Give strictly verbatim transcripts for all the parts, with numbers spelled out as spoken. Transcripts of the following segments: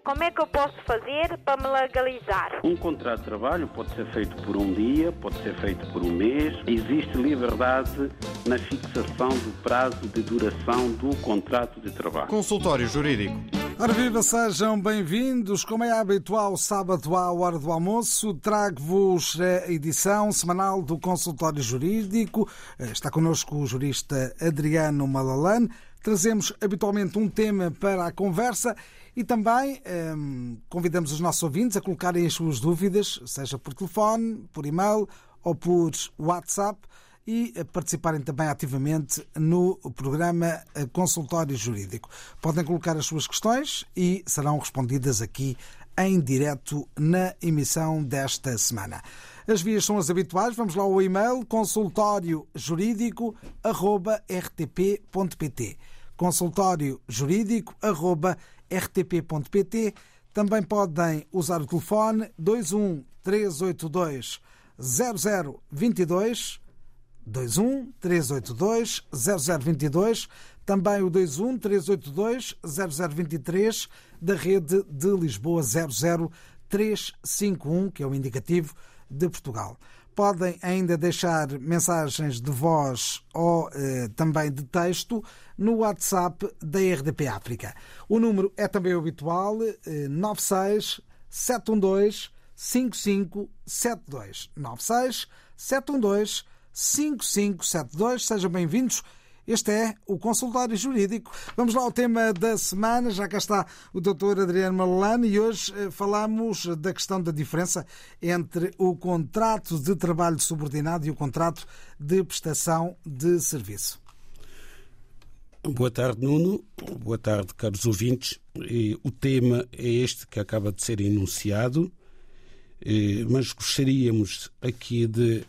Como é que eu posso fazer para me legalizar? Um contrato de trabalho pode ser feito por um dia, pode ser feito por um mês. Existe liberdade na fixação do prazo de duração do contrato de trabalho. Consultório Jurídico. Ora viva, sejam bem-vindos. Como é habitual, sábado à hora do almoço, trago-vos a edição semanal do Consultório Jurídico. Está connosco o jurista Adriano Malalane. Trazemos habitualmente um tema para a conversa e também hum, convidamos os nossos ouvintes a colocarem as suas dúvidas, seja por telefone, por e-mail ou por WhatsApp, e a participarem também ativamente no programa Consultório Jurídico. Podem colocar as suas questões e serão respondidas aqui em direto na emissão desta semana. As vias são as habituais. Vamos lá ao e-mail consultório jurídico arroba r t p ponto p t. consultório jurídico arroba r t p ponto p t. Também podem usar o telefone dois um três oito dois zero zero dois dois, dois um três oito dois zero zero dois dois, também o dois um três oito dois zero zero dois três da rede de Lisboa zero zero três cinco um, que é o indicativo de Portugal. Podem ainda deixar mensagens de voz ou eh, também de texto no WhatsApp da R D P África. O número é também o habitual, eh, nove seis sete um dois cinco cinco sete dois. nove seis sete um dois cinco cinco sete dois. Sejam bem-vindos. Este é o Consultório Jurídico. Vamos lá ao tema da semana. Já cá está o doutor Adriano Malalane e hoje falamos da questão da diferença entre o contrato de trabalho subordinado e o contrato de prestação de serviço. Boa tarde, Nuno. Boa tarde, caros ouvintes. O tema é este que acaba de ser enunciado, mas gostaríamos aqui de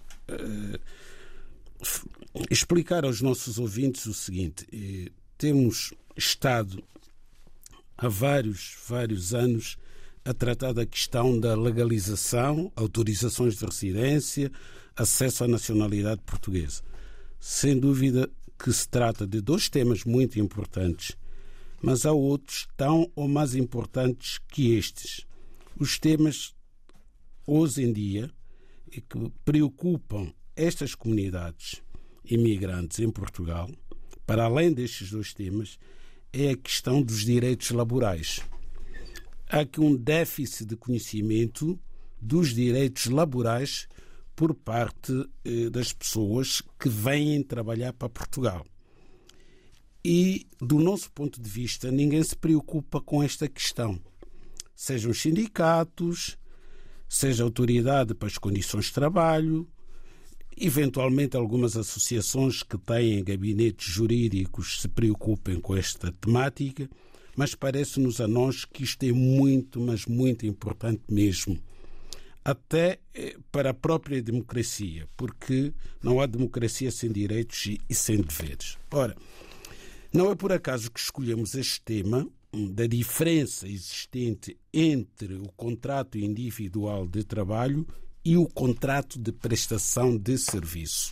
explicar aos nossos ouvintes o seguinte. Temos estado há vários, vários anos a tratar da questão da legalização, autorizações de residência, acesso à nacionalidade portuguesa. Sem dúvida que se trata de dois temas muito importantes, mas há outros tão ou mais importantes que estes. Os temas, hoje em dia, que preocupam estas comunidades imigrantes em Portugal, para além destes dois temas, é a questão dos direitos laborais. Há aqui um déficit de conhecimento dos direitos laborais por parte eh, das pessoas que vêm trabalhar para Portugal. E, do nosso ponto de vista, ninguém se preocupa com esta questão. Sejam os sindicatos, seja a autoridade para as condições de trabalho, eventualmente algumas associações que têm gabinetes jurídicos se preocupem com esta temática, mas parece-nos a nós que isto é muito, mas muito importante mesmo. Até para a própria democracia, porque não há democracia sem direitos e sem deveres. Ora, não é por acaso que escolhemos este tema da diferença existente entre o contrato individual de trabalho e o contrato de prestação de serviço.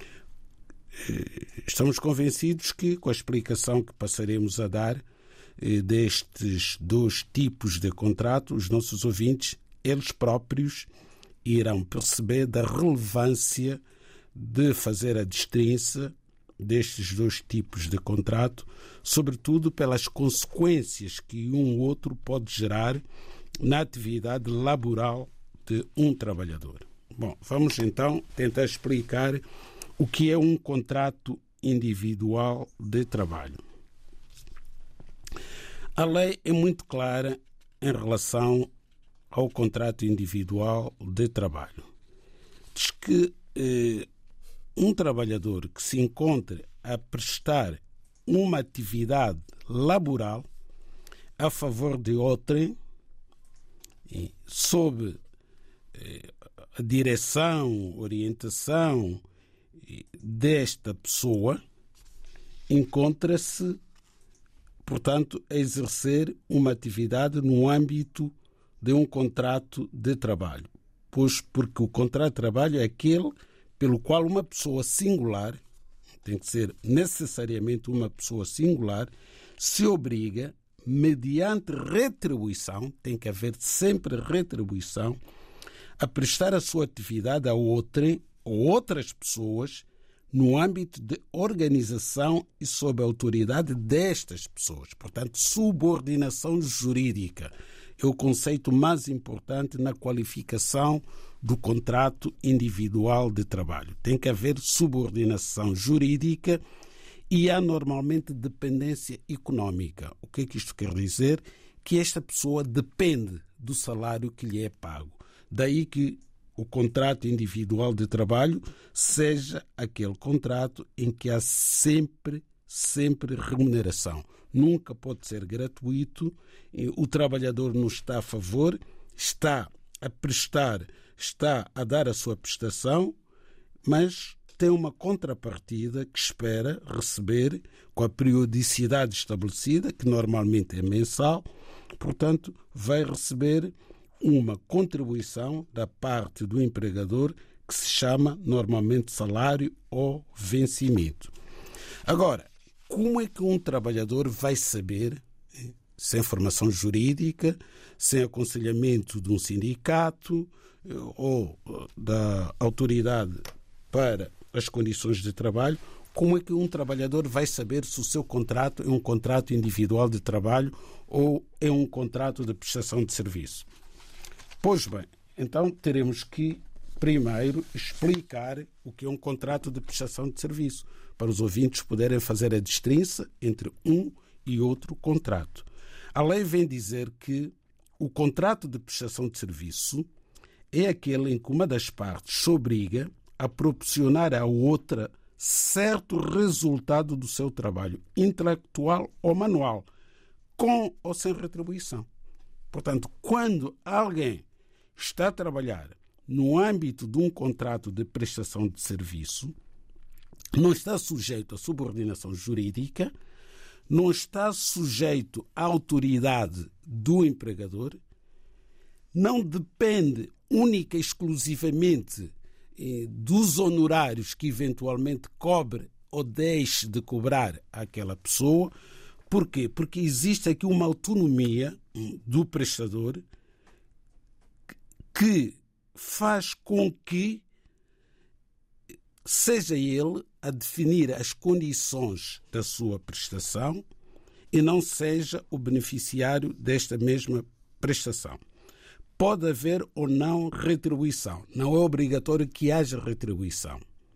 Estamos convencidos que, com a explicação que passaremos a dar destes dois tipos de contrato, os nossos ouvintes, eles próprios, irão perceber da relevância de fazer a distinção destes dois tipos de contrato, sobretudo pelas consequências que um ou outro pode gerar na atividade laboral de um trabalhador. Bom, vamos então tentar explicar o que é um contrato individual de trabalho. A lei é muito clara em relação ao contrato individual de trabalho. Diz que eh, um trabalhador que se encontre a prestar uma atividade laboral a favor de outrem, sob a direção, orientação desta pessoa, encontra-se, portanto, a exercer uma atividade no âmbito de um contrato de trabalho. Pois porque o contrato de trabalho é aquele pelo qual uma pessoa singular, tem que ser necessariamente uma pessoa singular, se obriga, mediante retribuição, tem que haver sempre retribuição, a prestar a sua atividade a outrem ou outras pessoas no âmbito de organização e sob a autoridade destas pessoas. Portanto, subordinação jurídica é o conceito mais importante na qualificação do contrato individual de trabalho. Tem que haver subordinação jurídica e há normalmente dependência económica. O que é que isto quer dizer? Que esta pessoa depende do salário que lhe é pago. Daí que o contrato individual de trabalho seja aquele contrato em que há sempre, sempre remuneração. Nunca pode ser gratuito, o trabalhador não está a favor, está a prestar, está a dar a sua prestação, mas tem uma contrapartida que espera receber com a periodicidade estabelecida, que normalmente é mensal, portanto, vai receber uma contribuição da parte do empregador que se chama normalmente salário ou vencimento. Agora, como é que um trabalhador vai saber, sem formação jurídica, sem aconselhamento de um sindicato ou da autoridade para as condições de trabalho, como é que um trabalhador vai saber se o seu contrato é um contrato individual de trabalho ou é um contrato de prestação de serviço? Pois bem, então teremos que primeiro explicar o que é um contrato de prestação de serviço, para os ouvintes poderem fazer a distinção entre um e outro contrato. A lei vem dizer que o contrato de prestação de serviço é aquele em que uma das partes se obriga a proporcionar à outra certo resultado do seu trabalho, intelectual ou manual, com ou sem retribuição. Portanto, quando alguém está a trabalhar no âmbito de um contrato de prestação de serviço, não está sujeito à subordinação jurídica, não está sujeito à autoridade do empregador, não depende única e exclusivamente eh, dos honorários que eventualmente cobre ou deixe de cobrar àquela pessoa. Porquê? Porque existe aqui uma autonomia do prestador que faz com que seja ele a definir as condições da sua prestação e não seja o beneficiário desta mesma prestação. Pode haver ou não retribuição. Não é obrigatório que haja retribuição.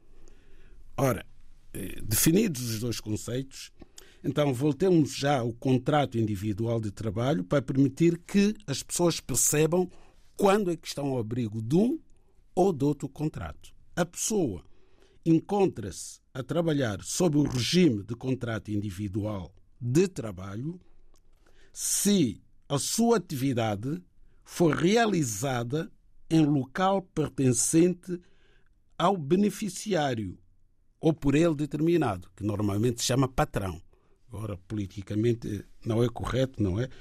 Ora, definidos os dois conceitos, então voltemos já ao contrato individual de trabalho para permitir que as pessoas percebam quando é que estão ao abrigo de um ou de outro contrato. A pessoa encontra-se a trabalhar sob o regime de contrato individual de trabalho se a sua atividade for realizada em local pertencente ao beneficiário ou por ele determinado, que normalmente se chama patrão. Agora, politicamente não é correto, não é?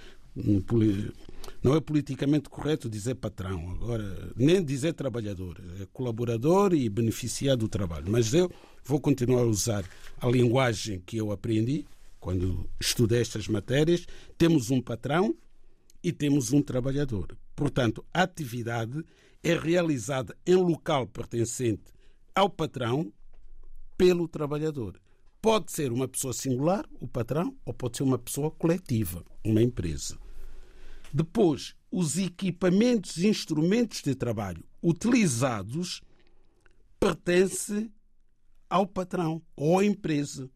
Não é politicamente correto dizer patrão, agora nem dizer trabalhador, é colaborador e beneficiário do trabalho. Mas eu vou continuar a usar a linguagem que eu aprendi quando estudei estas matérias. Temos um patrão e temos um trabalhador. Portanto, a atividade é realizada em local pertencente ao patrão pelo trabalhador. Pode ser uma pessoa singular, o patrão, ou pode ser uma pessoa coletiva, uma empresa. Depois, os equipamentos e instrumentos de trabalho utilizados pertencem ao patrão ou à empresa.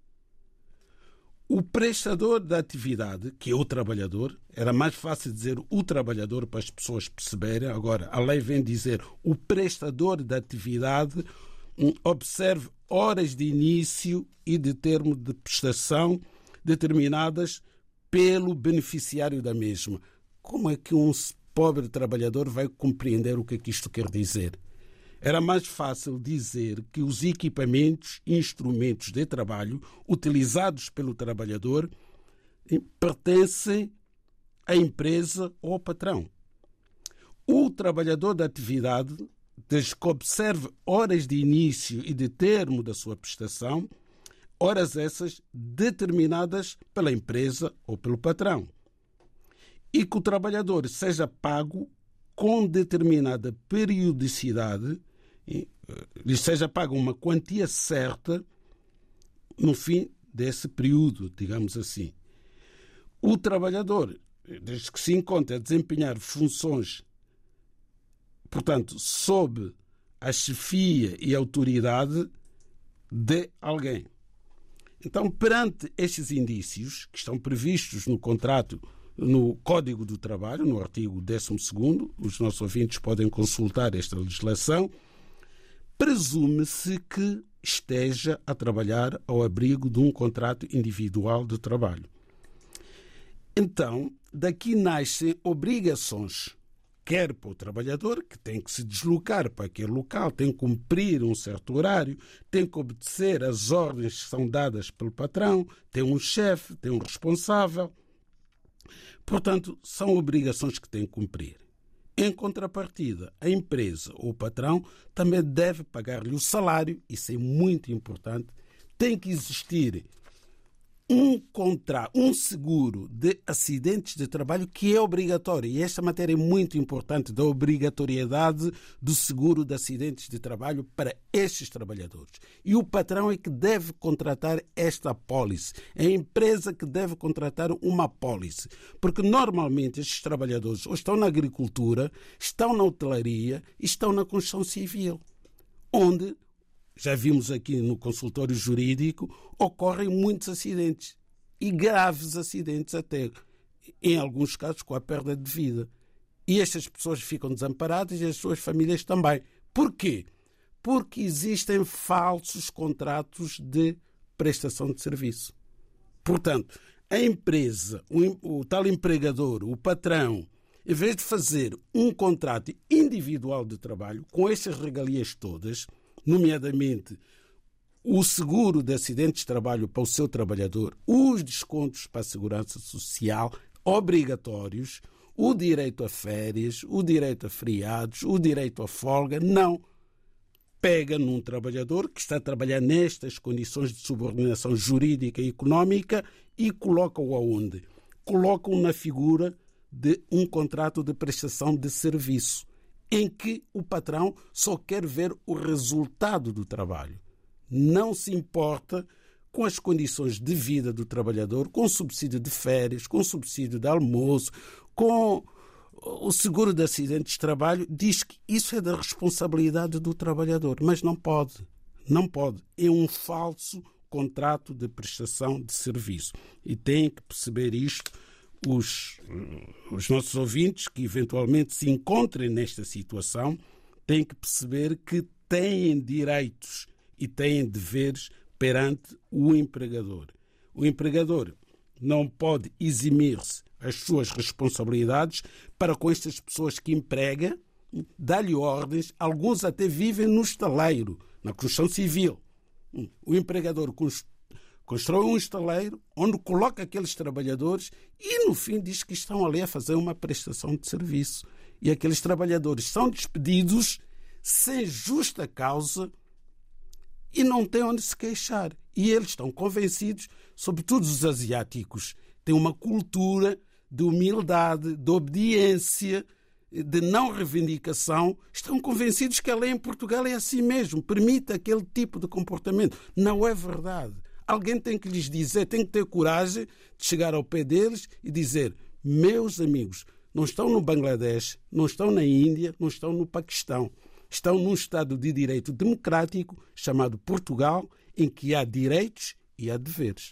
O prestador da atividade, que é o trabalhador, era mais fácil dizer o trabalhador para as pessoas perceberem. Agora, a lei vem dizer o prestador da atividade observe horas de início e de termo de prestação determinadas pelo beneficiário da mesma. Como é que um pobre trabalhador vai compreender o que é que isto quer dizer? Era mais fácil dizer que os equipamentos e instrumentos de trabalho utilizados pelo trabalhador pertencem à empresa ou ao patrão. O trabalhador da atividade, desde que observe horas de início e de termo da sua prestação, horas essas determinadas pela empresa ou pelo patrão. e que o trabalhador seja pago com determinada periodicidade, lhe seja pago uma quantia certa no fim desse período, digamos assim. O trabalhador, desde que se encontre a desempenhar funções, portanto, sob a chefia e autoridade de alguém. Então, perante estes indícios, que estão previstos no contrato, no Código do Trabalho, no artigo décimo segundo, os nossos ouvintes podem consultar esta legislação, presume-se que esteja a trabalhar ao abrigo de um contrato individual de trabalho. Então, daqui nascem obrigações, quer para o trabalhador, que tem que se deslocar para aquele local, tem que cumprir um certo horário, tem que obedecer às ordens que são dadas pelo patrão, tem um chefe, tem um responsável. Portanto, são obrigações que tem que cumprir. Em contrapartida, a empresa ou o patrão também deve pagar-lhe o salário, isso é muito importante, tem que existir um contrato, um seguro de acidentes de trabalho que é obrigatório. E esta matéria é muito importante, da obrigatoriedade do seguro de acidentes de trabalho para estes trabalhadores. E o patrão é que deve contratar esta apólice. É a empresa que deve contratar uma apólice. Porque normalmente estes trabalhadores ou estão na agricultura, estão na hotelaria, estão na construção civil, onde, já vimos aqui no consultório jurídico, ocorrem muitos acidentes. E graves acidentes até, em alguns casos com a perda de vida. E estas pessoas ficam desamparadas e as suas famílias também. Porquê? Porque existem falsos contratos de prestação de serviço. Portanto, a empresa, o, o tal empregador, o patrão, em vez de fazer um contrato individual de trabalho com estas regalias todas, nomeadamente o seguro de acidentes de trabalho para o seu trabalhador, os descontos para a segurança social obrigatórios, o direito a férias, o direito a feriados, o direito a folga, não. Pega num trabalhador que está a trabalhar nestas condições de subordinação jurídica e económica e coloca-o aonde? Coloca-o na figura de um contrato de prestação de serviço, em que o patrão só quer ver o resultado do trabalho. Não se importa com as condições de vida do trabalhador, com subsídio de férias, com subsídio de almoço, com o seguro de acidentes de trabalho. Diz que isso é da responsabilidade do trabalhador, mas não pode. Não pode. É um falso contrato de prestação de serviço. E têm que perceber isto os, os nossos ouvintes que eventualmente se encontrem nesta situação, têm que perceber que têm direitos e têm deveres perante o empregador. O empregador não pode eximir-se as suas responsabilidades para com estas pessoas que emprega, dá-lhe ordens, alguns até vivem no estaleiro, na construção civil. O empregador constrói um estaleiro onde coloca aqueles trabalhadores e no fim diz que estão ali a fazer uma prestação de serviço. E aqueles trabalhadores são despedidos sem justa causa e não têm onde se queixar. E eles estão convencidos, sobretudo os asiáticos, têm uma cultura de humildade, de obediência, de não reivindicação. Estão convencidos que a lei em Portugal é assim mesmo, permite aquele tipo de comportamento. Não é verdade. Alguém tem que lhes dizer, tem que ter coragem de chegar ao pé deles e dizer: meus amigos, não estão no Bangladesh, não estão na Índia, não estão no Paquistão. Estão num Estado de direito democrático chamado Portugal, em que há direitos e há deveres.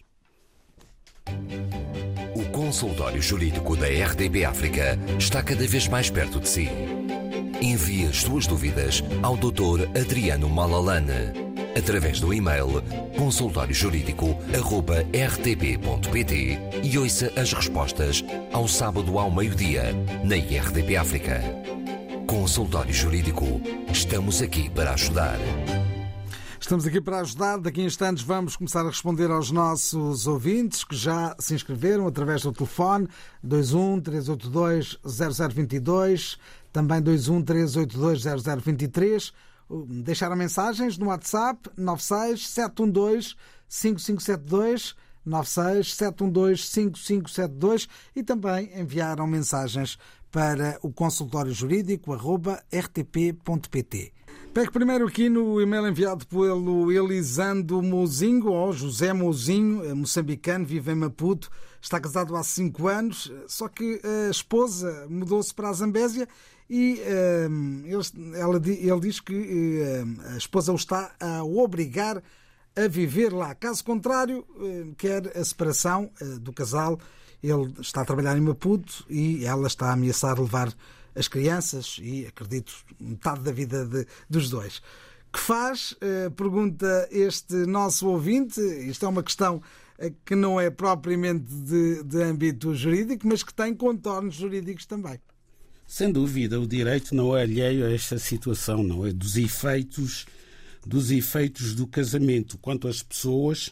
O consultório jurídico da R D P África está cada vez mais perto de si. Envie as suas dúvidas ao doutor Adriano Malalane através do e-mail consultório jurídico arroba r t p ponto p t e ouça as respostas ao sábado ao meio-dia na R D P África. Consultório Jurídico. Estamos aqui para ajudar. Estamos aqui para ajudar. Daqui a instantes vamos começar a responder aos nossos ouvintes que já se inscreveram através do telefone dois um três oito dois zero zero dois dois, também dois um três oito dois zero zero dois três. Deixaram mensagens no WhatsApp nove seis sete um dois cinco cinco sete dois, nove seis sete um dois cinco cinco sete dois e também enviaram mensagens para o consultório jurídico arroba r t p ponto p t. Pego primeiro aqui no e-mail enviado pelo Elisando Mozinho, ou José Mozinho, moçambicano, vive em Maputo, está casado há cinco anos, só que a esposa mudou-se para a Zambésia e uh, ele, ela, ele diz que uh, a esposa o está a obrigar a viver lá. Caso contrário, uh, quer a separação uh, do casal. Ele está a trabalhar em Maputo e ela está a ameaçar levar as crianças e, acredito, metade da vida de, dos dois. Que faz? Uh, pergunta este nosso ouvinte. Isto é uma questão uh, que não é propriamente de, de âmbito jurídico, mas que tem contornos jurídicos também. Sem dúvida, o direito não é alheio a esta situação, não é? Dos efeitos, dos efeitos do casamento, quanto às pessoas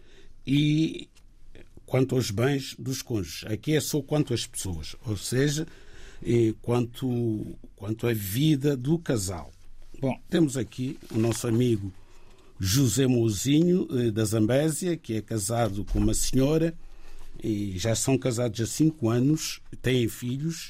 e quanto aos bens dos cônjuges. Aqui é só quanto às pessoas, ou seja, quanto, quanto à vida do casal. Bom, temos aqui o nosso amigo José Mozinho, da Zambésia, que é casado com uma senhora, e já são casados há cinco anos, têm filhos,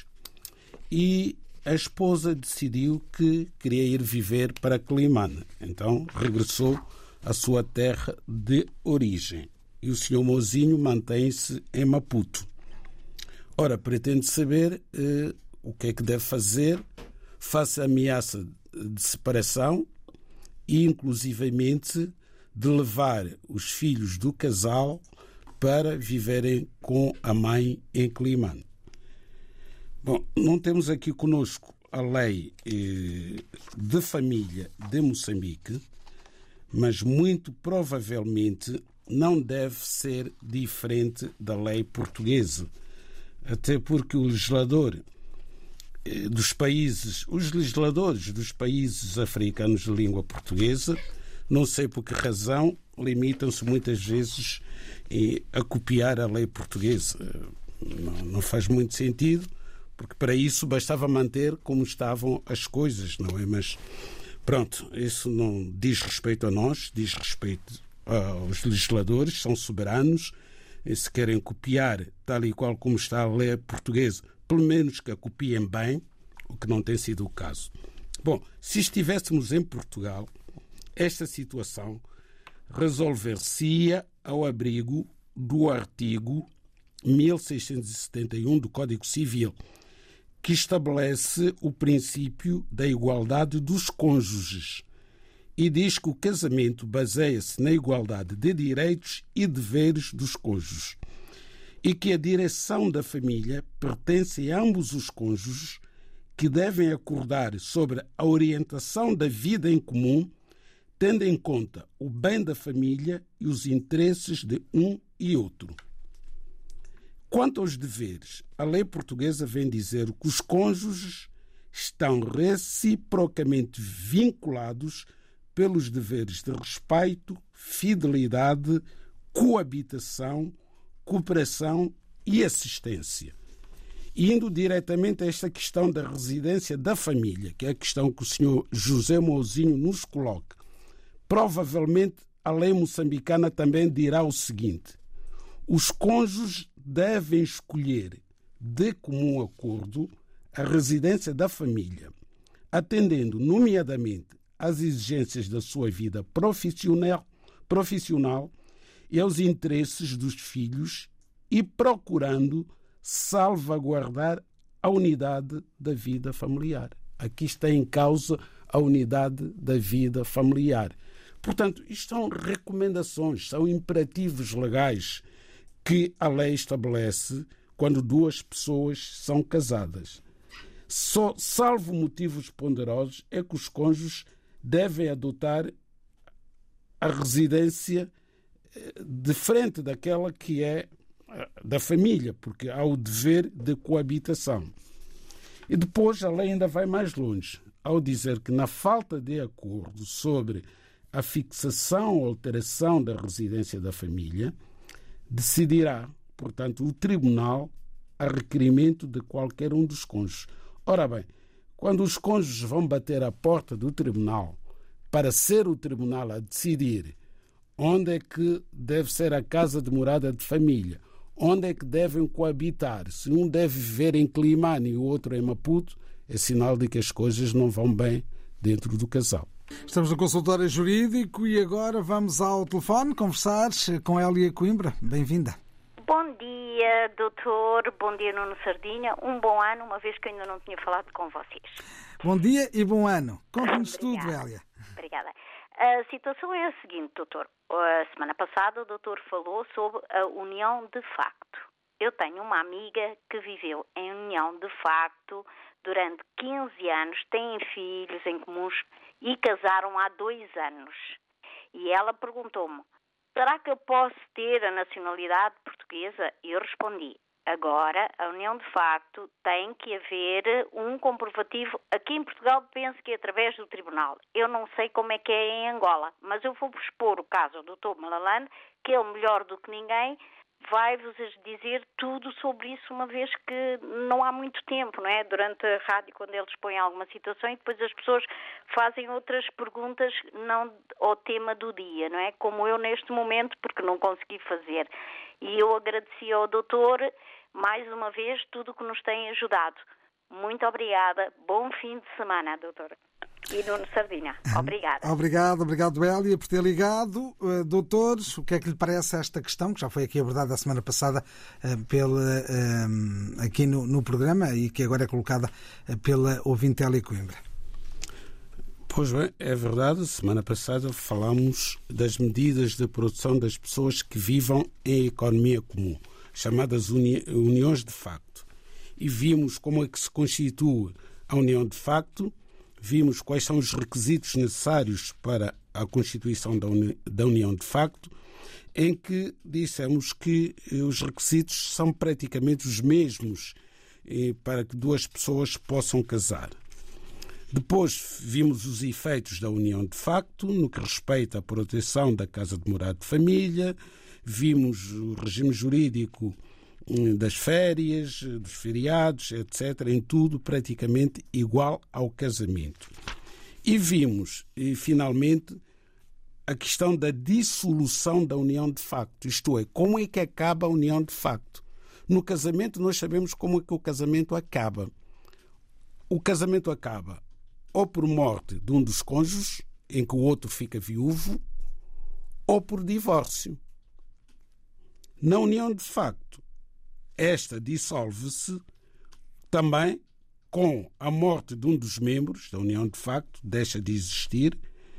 e a esposa decidiu que queria ir viver para Quelimane. Então regressou à sua terra de origem. E o senhor Mozinho mantém-se em Maputo. Ora, pretende saber eh, o que é que deve fazer face à ameaça de separação e, inclusivamente, de levar os filhos do casal para viverem com a mãe em Quelimane. Bom, não temos aqui conosco a lei eh, de família de Moçambique, mas muito provavelmente não deve ser diferente da lei portuguesa, até porque o legislador eh, dos países, os legisladores dos países africanos de língua portuguesa, não sei por que razão, limitam-se muitas vezes eh, a copiar a lei portuguesa. Não, não faz muito sentido, porque para isso bastava manter como estavam as coisas, não é? Mas pronto, isso não diz respeito a nós, diz respeito aos legisladores, são soberanos, e se querem copiar tal e qual como está a lei portuguesa, pelo menos que a copiem bem, o que não tem sido o caso. Bom, se estivéssemos em Portugal, esta situação resolver-se-ia ao abrigo do artigo mil seiscentos e setenta e um do Código Civil, que estabelece o princípio da igualdade dos cônjuges e diz que o casamento baseia-se na igualdade de direitos e deveres dos cônjuges e que a direção da família pertence a ambos os cônjuges, que devem acordar sobre a orientação da vida em comum, tendo em conta o bem da família e os interesses de um e outro. Quanto aos deveres, a lei portuguesa vem dizer que os cônjuges estão reciprocamente vinculados pelos deveres de respeito, fidelidade, coabitação, cooperação e assistência. E indo diretamente a esta questão da residência da família, que é a questão que o senhor José Mozinho nos coloca, provavelmente a lei moçambicana também dirá o seguinte: os cônjuges devem escolher de comum acordo a residência da família, atendendo nomeadamente às exigências da sua vida profissional, profissional e aos interesses dos filhos e procurando salvaguardar a unidade da vida familiar. Aqui está em causa a unidade da vida familiar. Portanto, isto são recomendações, são imperativos legais que a lei estabelece quando duas pessoas são casadas. Só, salvo motivos ponderosos, é que os cônjuges devem adotar a residência diferente daquela que é da família, porque há o dever de coabitação. E depois a lei ainda vai mais longe, ao dizer que na falta de acordo sobre a fixação ou alteração da residência da família, decidirá, portanto, o tribunal a requerimento de qualquer um dos cônjuges. Ora bem, quando os cônjuges vão bater à porta do tribunal para ser o tribunal a decidir onde é que deve ser a casa de morada de família, onde é que devem coabitar. Se um deve viver em Climane e o outro em Maputo, é sinal de que as coisas não vão bem dentro do casal. Estamos no consultório jurídico e agora vamos ao telefone conversar com Hélia Coimbra. Bem-vinda. Bom dia, doutor. Bom dia, Nuno Sardinha. Um bom ano, uma vez que eu ainda não tinha falado com vocês. Bom dia e bom ano. Conte-nos tudo, Hélia. Obrigada. A situação é a seguinte, doutor. A semana passada o doutor falou sobre a união de facto. Eu tenho uma amiga que viveu em união de facto durante quinze anos, têm filhos em comuns e casaram há dois anos. E ela perguntou-me, será que eu posso ter a nacionalidade portuguesa? E eu respondi, agora a união de facto tem que haver um comprovativo. Aqui em Portugal penso que é através do tribunal. Eu não sei como é que é em Angola, mas eu vou expor o caso do doutor Malalane, que ele melhor do que ninguém vai-vos dizer tudo sobre isso, uma vez que não há muito tempo, não é? Durante a rádio, quando eles põem alguma situação e depois as pessoas fazem outras perguntas não ao tema do dia, não é? Como eu neste momento, porque não consegui fazer. E eu agradeci ao doutor, mais uma vez, tudo o que nos tem ajudado. Muito obrigada. Bom fim de semana, doutora. E Nuno Sardinha. Obrigada. Obrigado, obrigado, Hélia, por ter ligado. Uh, doutores, o que é que lhe parece esta questão, que já foi aqui abordada a semana passada uh, pela, uh, aqui no, no programa e que agora é colocada uh, pela ouvinte Hélia Coimbra? Pois bem, é verdade. Semana passada falámos das medidas de produção das pessoas que vivam em economia comum, chamadas uni- uniões de facto. E vimos como é que se constitui a união de facto, vimos quais são os requisitos necessários para a constituição da, uni- da união de facto, em que dissemos que os requisitos são praticamente os mesmos eh, para que duas pessoas possam casar. Depois vimos os efeitos da união de facto no que respeita à proteção da casa de morada de família, vimos o regime jurídico das férias, dos feriados, etcétera, em tudo praticamente igual ao casamento. E vimos, e, finalmente, a questão da dissolução da união de facto, isto é, como é que acaba a união de facto. No casamento nós sabemos como é que o casamento acaba. O casamento acaba ou por morte de um dos cônjuges, em que o outro fica viúvo, ou por divórcio. Na união de facto, esta dissolve-se também com a morte de um dos membros da união de facto, deixa de existir,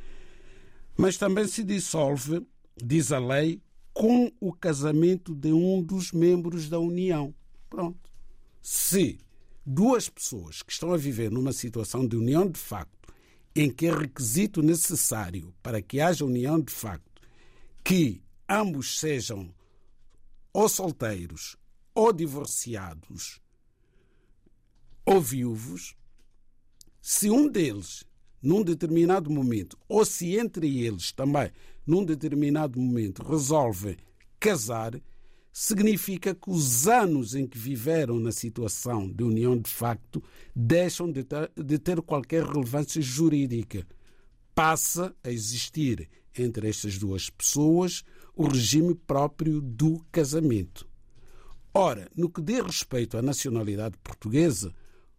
mas também se dissolve, diz a lei, com o casamento de um dos membros da união. Pronto. Se duas pessoas que estão a viver numa situação de união de facto, em que é requisito necessário para que haja união de facto, que ambos sejam ou solteiros, ou divorciados, ou viúvos, se um deles, num determinado momento, ou se entre eles também, num determinado momento, resolvem casar, significa que os anos em que viveram na situação de união de facto deixam de ter, de ter qualquer relevância jurídica. Passa a existir entre estas duas pessoas o regime próprio do casamento. Ora, no que diz respeito à nacionalidade portuguesa,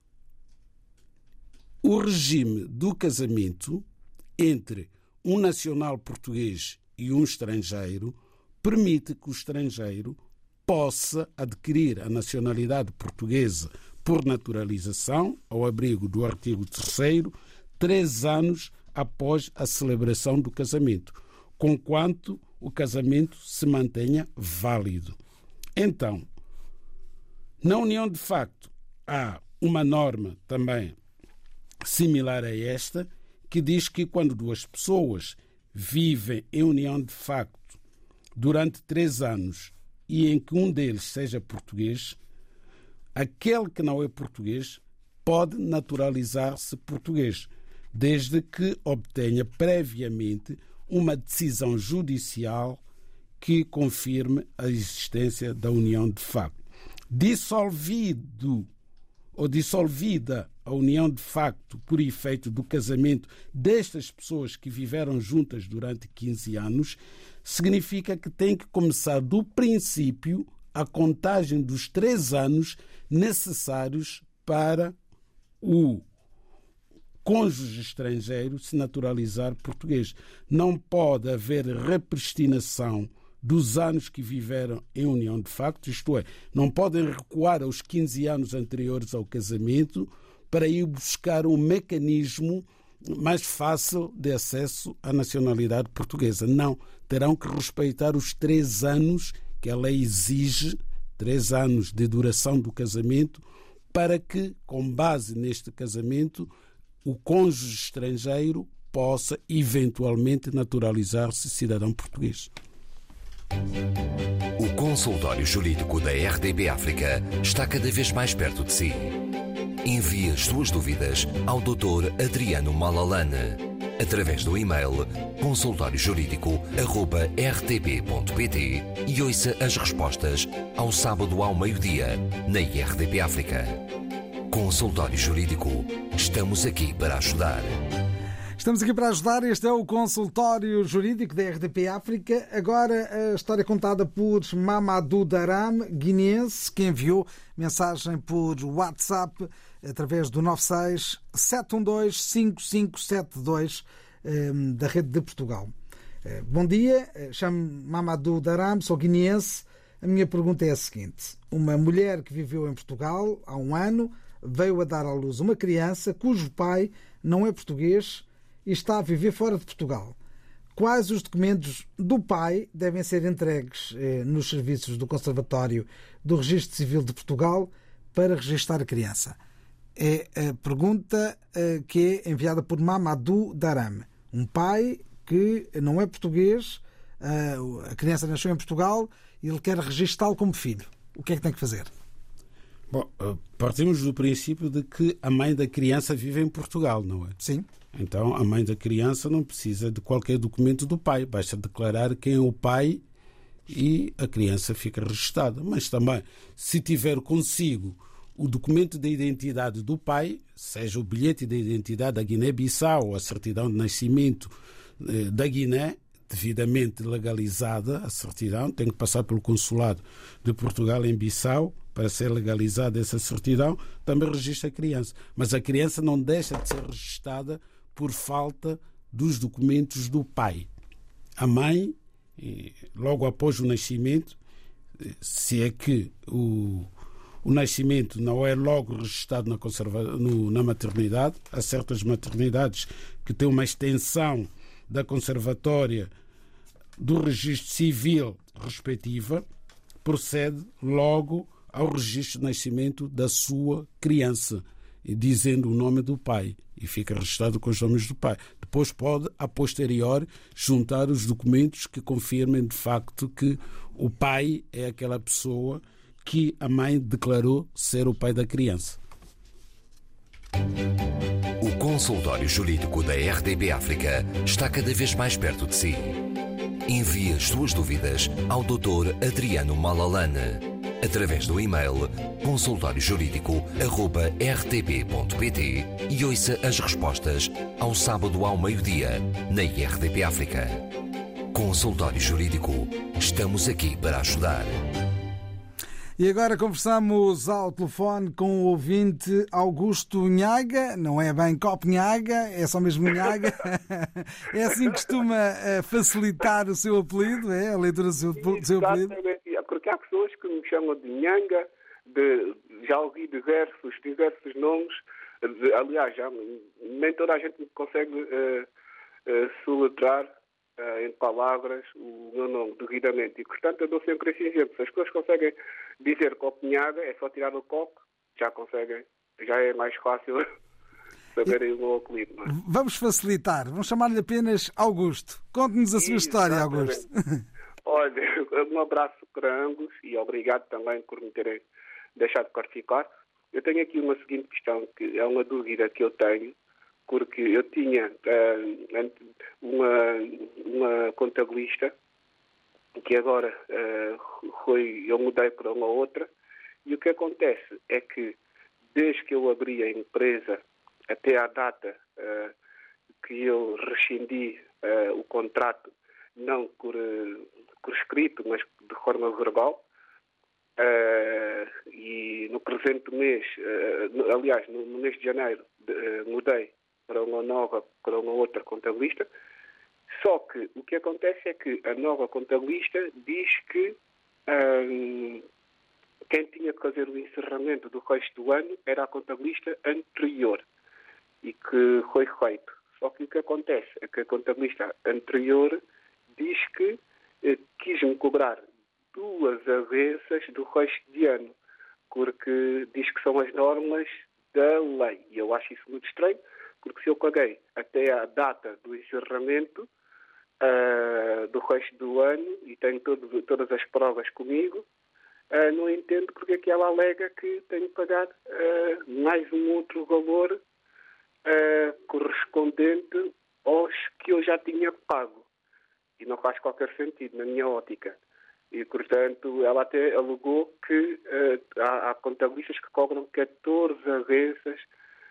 o regime do casamento entre um nacional português e um estrangeiro permite que o estrangeiro possa adquirir a nacionalidade portuguesa por naturalização, ao abrigo do artigo terceiro, três anos após a celebração do casamento, conquanto o casamento se mantenha válido. Então, na união de facto, há uma norma também similar a esta, que diz que quando duas pessoas vivem em união de facto durante três anos e em que um deles seja português, aquele que não é português pode naturalizar-se português, desde que obtenha previamente uma decisão judicial que confirme a existência da união de facto. Dissolvido ou dissolvida a união de facto por efeito do casamento destas pessoas que viveram juntas durante quinze anos, significa que tem que começar do princípio a contagem dos três anos necessários para o cônjuge estrangeiro se naturalizar português. Não pode haver repristinação dos anos que viveram em união de facto, isto é, não podem recuar aos quinze anos anteriores ao casamento para ir buscar um mecanismo mais fácil de acesso à nacionalidade portuguesa. Não, terão que respeitar os três anos que a lei exige, três anos de duração do casamento, para que, com base neste casamento, o cônjuge estrangeiro possa eventualmente naturalizar-se cidadão português. O consultório jurídico da R D P África está cada vez mais perto de si. Envie as suas dúvidas ao doutor Adriano Malalane através do e-mail consultório jurídico arroba r t p ponto p t e ouça as respostas ao sábado ao meio-dia na R D P África. Consultório Jurídico. Estamos aqui para ajudar. Estamos aqui para ajudar. Este é o consultório jurídico da R D P África. Agora a história contada por Mamadou Daram, guineense, que enviou mensagem por WhatsApp através do nove seis sete um dois cinco cinco sete dois da Rede de Portugal. Bom dia, chamo-me Mamadou Daram, sou guineense. A minha pergunta é a seguinte. Uma mulher que viveu em Portugal há um ano veio a dar à luz uma criança cujo pai não é português e está a viver fora de Portugal. Quais os documentos do pai devem ser entregues eh, nos serviços do Conservatório do Registro Civil de Portugal para registar a criança? É a pergunta eh, que é enviada por Mamadou Daram. Um pai que não é português, eh, a criança nasceu em Portugal e ele quer registá-lo como filho. O que é que tem que fazer? Bom, partimos do princípio de que a mãe da criança vive em Portugal, não é? Sim. Então, a mãe da criança não precisa de qualquer documento do pai. Basta declarar quem é o pai e a criança fica registada. Mas também, se tiver consigo o documento de identidade do pai, seja o bilhete de identidade da Guiné-Bissau ou a certidão de nascimento da Guiné, devidamente legalizada, a certidão, tem que passar pelo consulado de Portugal em Bissau para ser legalizada essa certidão, também registra a criança. Mas a criança não deixa de ser registada por falta dos documentos do pai. A mãe, logo após o nascimento, se é que o, o nascimento não é logo registrado na, conserva, no, na maternidade, há certas maternidades que têm uma extensão da conservatória do registro civil respectiva, procede logo ao registro de nascimento da sua criança, dizendo o nome do pai, e fica registrado com os nomes do pai. Depois pode, a posteriori, juntar os documentos que confirmem de facto que o pai é aquela pessoa que a mãe declarou ser o pai da criança. O consultório jurídico da R D P África está cada vez mais perto de si. Envie as suas dúvidas ao doutor Adriano Malalane através do e-mail consultório jurídico arroba r t p ponto p t e ouça as respostas ao sábado ao meio-dia na R D P África. Consultório Jurídico. Estamos aqui para ajudar. E agora conversamos ao telefone com o ouvinte Augusto Nhaga. Não é bem Copenhaga, é só mesmo Nhaga. É assim que costuma facilitar o seu apelido, é? A leitura do seu, do seu apelido? Porque há pessoas que me chamam de Nhanga, de, já ouvi diversos, diversos nomes. De, aliás, já, nem toda a gente consegue uh, uh, soletrar uh, em palavras o meu nome devidamente. E, portanto, eu dou sempre esse exemplo. Se as pessoas conseguem dizer Copenhaga, é só tirar o copo, já conseguem, já é mais fácil saberem o meu apelido. Não é? Vamos facilitar, vamos chamar-lhe apenas Augusto. Conte-nos a sua história, Augusto. Olha, um abraço para ambos e obrigado também por me terem deixado participar. Eu tenho aqui uma seguinte questão, que é uma dúvida que eu tenho, porque eu tinha uh, uma, uma contabilista que agora uh, foi, eu mudei para uma outra, e o que acontece é que desde que eu abri a empresa até à data uh, que eu rescindi uh, o contrato, não por, uh, por escrito, mas de forma verbal. Uh, e no presente mês, uh, no, aliás, no, no mês de janeiro, uh, mudei para uma nova, para uma outra contabilista. Só que o que acontece é que a nova contabilista diz que um, quem tinha que fazer o encerramento do resto do ano era a contabilista anterior e que foi feito. Só que o que acontece é que a contabilista anterior diz que eh, quis-me cobrar duas avessas do resto de ano, porque diz que são as normas da lei. E eu acho isso muito estranho, porque se eu paguei até a data do encerramento uh, do resto do ano e tenho todo, todas as provas comigo, uh, não entendo porque é que ela alega que tenho que pagar uh, mais um outro valor uh, correspondente aos que eu já tinha pago. E não faz qualquer sentido na minha ótica. E, portanto, ela até alegou que uh, há, há contabilistas que cobram catorze avessas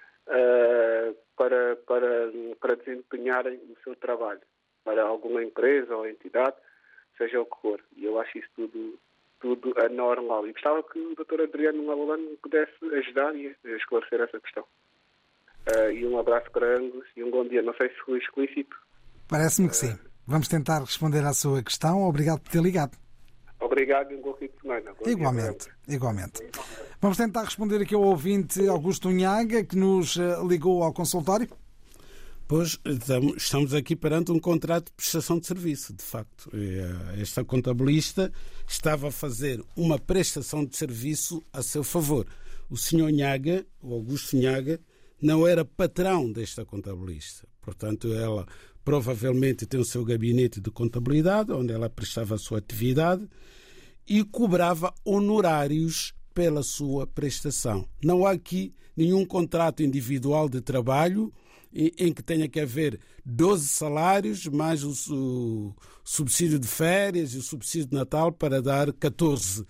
uh, para, para, para desempenharem o seu trabalho, para alguma empresa ou entidade, seja o que for. E eu acho isso tudo, tudo anormal. E gostava que o doutor Adriano Malalane me pudesse ajudar e esclarecer essa questão. Uh, e um abraço para ambos e um bom dia. Não sei se foi explícito. Parece-me que sim. Vamos tentar responder à sua questão. Obrigado por ter ligado. Obrigado e um bom fim de semana. Bom igualmente, igualmente. Vamos tentar responder aqui ao ouvinte Augusto Unhaga, que nos ligou ao consultório. Pois, estamos aqui perante um contrato de prestação de serviço, de facto. Esta contabilista estava a fazer uma prestação de serviço a seu favor. O senhor Unhaga, o Augusto Unhaga, não era patrão desta contabilista. Portanto, ela provavelmente tem o seu gabinete de contabilidade, onde ela prestava a sua atividade e cobrava honorários pela sua prestação. Não há aqui nenhum contrato individual de trabalho em que tenha que haver doze salários, mais o subsídio de férias e o subsídio de Natal para dar catorze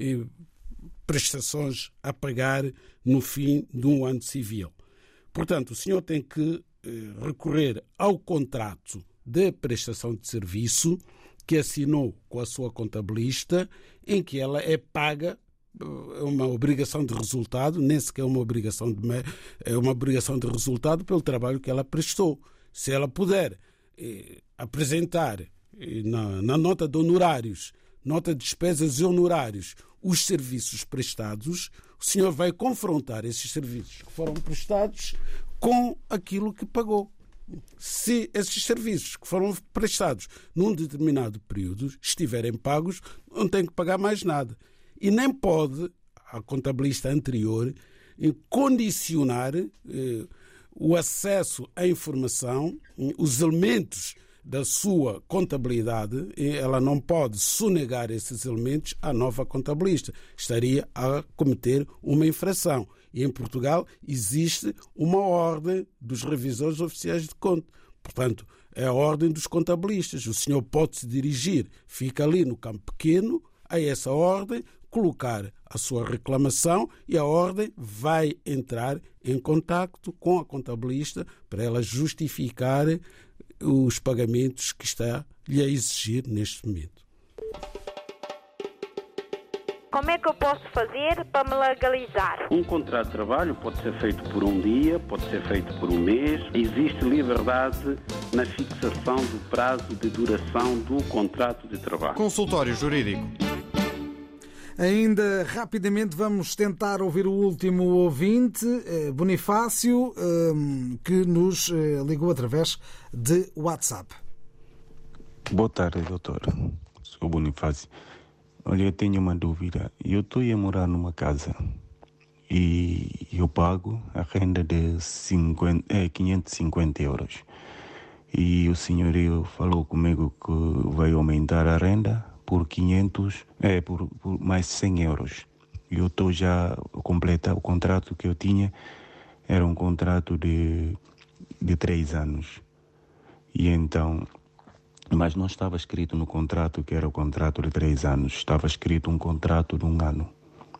prestações a pagar no fim de um ano civil. Portanto, o senhor tem que recorrer ao contrato de prestação de serviço que assinou com a sua contabilista, em que ela é paga uma obrigação de resultado, nem sequer uma obrigação de, é uma obrigação de resultado pelo trabalho que ela prestou. Se ela puder eh, apresentar eh, na, na nota de honorários, nota de despesas e honorários, os serviços prestados, o senhor vai confrontar esses serviços que foram prestados com aquilo que pagou. Se esses serviços que foram prestados num determinado período estiverem pagos, não tem que pagar mais nada. E nem pode, a contabilista anterior, condicionar eh, o acesso à informação, os elementos da sua contabilidade, ela não pode sonegar esses elementos à nova contabilista. Estaria a cometer uma infração. E em Portugal existe uma ordem dos revisores oficiais de conta. Portanto, é a ordem dos contabilistas. O senhor pode se dirigir, fica ali no campo pequeno, a essa ordem, colocar a sua reclamação e a ordem vai entrar em contacto com a contabilista para ela justificar os pagamentos que está-lhe a exigir neste momento. Como é que eu posso fazer para me legalizar? Um contrato de trabalho pode ser feito por um dia, pode ser feito por um mês. Existe liberdade na fixação do prazo de duração do contrato de trabalho. Consultório Jurídico. Ainda rapidamente vamos tentar ouvir o último ouvinte, Bonifácio, que nos ligou através de WhatsApp. Boa tarde, doutor. Sou Bonifácio. Olha, eu tenho uma dúvida. Eu estou a morar numa casa e eu pago a renda de cinquenta, é, quinhentos e cinquenta euros. E o senhorio falou comigo que vai aumentar a renda por quinhentos, é, por, por mais cem euros. Eu estou já a completar o contrato que eu tinha, era um contrato de, de três anos. E então, mas não estava escrito no contrato que era o contrato de três anos, estava escrito um contrato de um ano.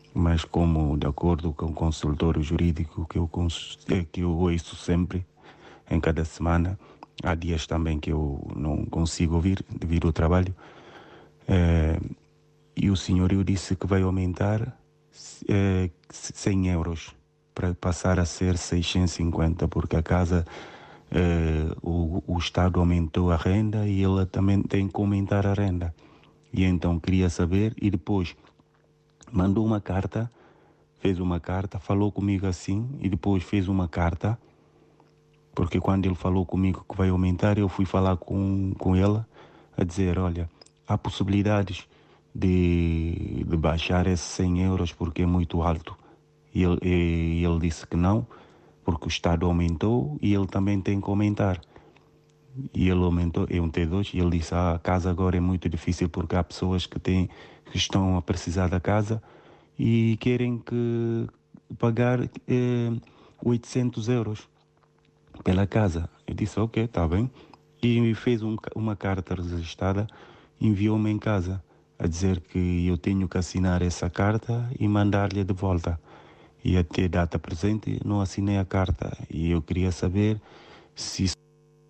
mas como de acordo com o consultório jurídico que eu, que eu ouço sempre, em cada semana, há dias também que eu não consigo vir devido ao trabalho, é, e o senhorio disse que vai aumentar é, cem euros para passar a ser seiscentos e cinquenta, porque a casa, é, o, o Estado aumentou a renda e ele também tem que aumentar a renda. E então queria saber, e depois mandou uma carta, fez uma carta, falou comigo assim, e depois fez uma carta, porque quando ele falou comigo que vai aumentar, eu fui falar com, com ela, a dizer, olha, há possibilidades de, de baixar esses cem euros porque é muito alto. E ele, e ele disse que não, porque o Estado aumentou e ele também tem que aumentar. E ele aumentou, é um T dois, e ele disse, ah, a casa agora é muito difícil porque há pessoas que, têm, que estão a precisar da casa e querem que pagar eh, oitocentos euros pela casa. Eu disse, ok, está bem. E fez um, uma carta registrada, enviou-me em casa, a dizer que eu tenho que assinar essa carta e mandar-lhe de volta. E até data presente não assinei a carta. E eu queria saber se isso...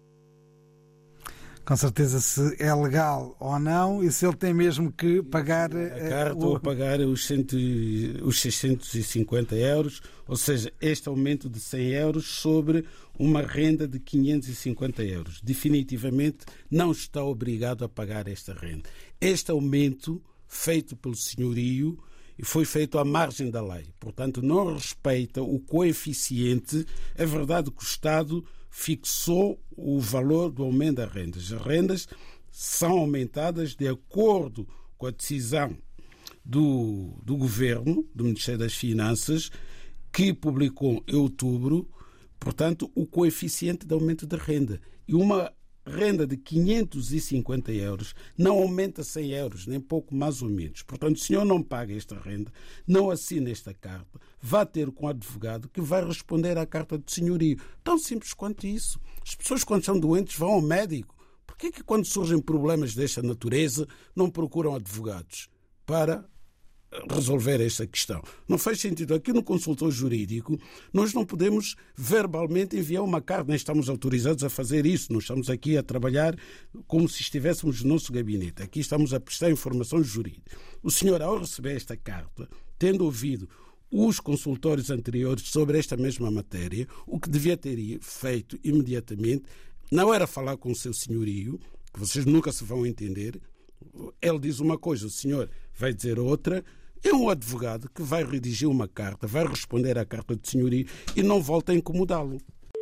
Com certeza se é legal ou não e se ele tem mesmo que pagar... A carta o... ou pagar os, cento, os seiscentos e cinquenta euros, ou seja, este aumento de cem euros sobre uma renda de quinhentos e cinquenta euros. Definitivamente não está obrigado a pagar esta renda. Este aumento feito pelo senhorio foi feito à margem da lei. Portanto, não respeita o coeficiente. É verdade que o Estado fixou o valor do aumento das rendas. As rendas são aumentadas de acordo com a decisão do, do Governo, do Ministério das Finanças, que publicou em outubro, portanto, o coeficiente de aumento da renda. E uma renda de quinhentos e cinquenta euros não aumenta cem euros, nem pouco mais ou menos. Portanto, o senhor não paga esta renda, não assina esta carta, vá ter com o advogado que vai responder à carta de senhorio. Tão simples quanto isso. As pessoas, quando são doentes, vão ao médico. Por que é que, quando surgem problemas desta natureza, não procuram advogados para resolver esta questão? Não faz sentido. Aqui no consultor jurídico nós não podemos verbalmente enviar uma carta, nem estamos autorizados a fazer isso. Nós estamos aqui a trabalhar como se estivéssemos no nosso gabinete. Aqui estamos a prestar informação jurídica. O senhor, ao receber esta carta, tendo ouvido os consultórios anteriores sobre esta mesma matéria, o que devia ter feito imediatamente não era falar com o seu senhorio, que vocês nunca se vão entender. Ele diz uma coisa, o senhor vai dizer outra. É um advogado que vai redigir uma carta, vai responder à carta de senhorio e não volta a incomodá-lo.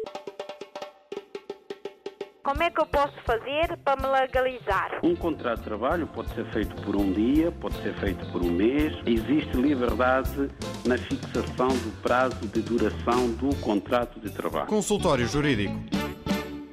Como é que eu posso fazer para me legalizar? Um contrato de trabalho pode ser feito por um dia, pode ser feito por um mês. Existe liberdade na fixação do prazo de duração do contrato de trabalho. Consultório Jurídico.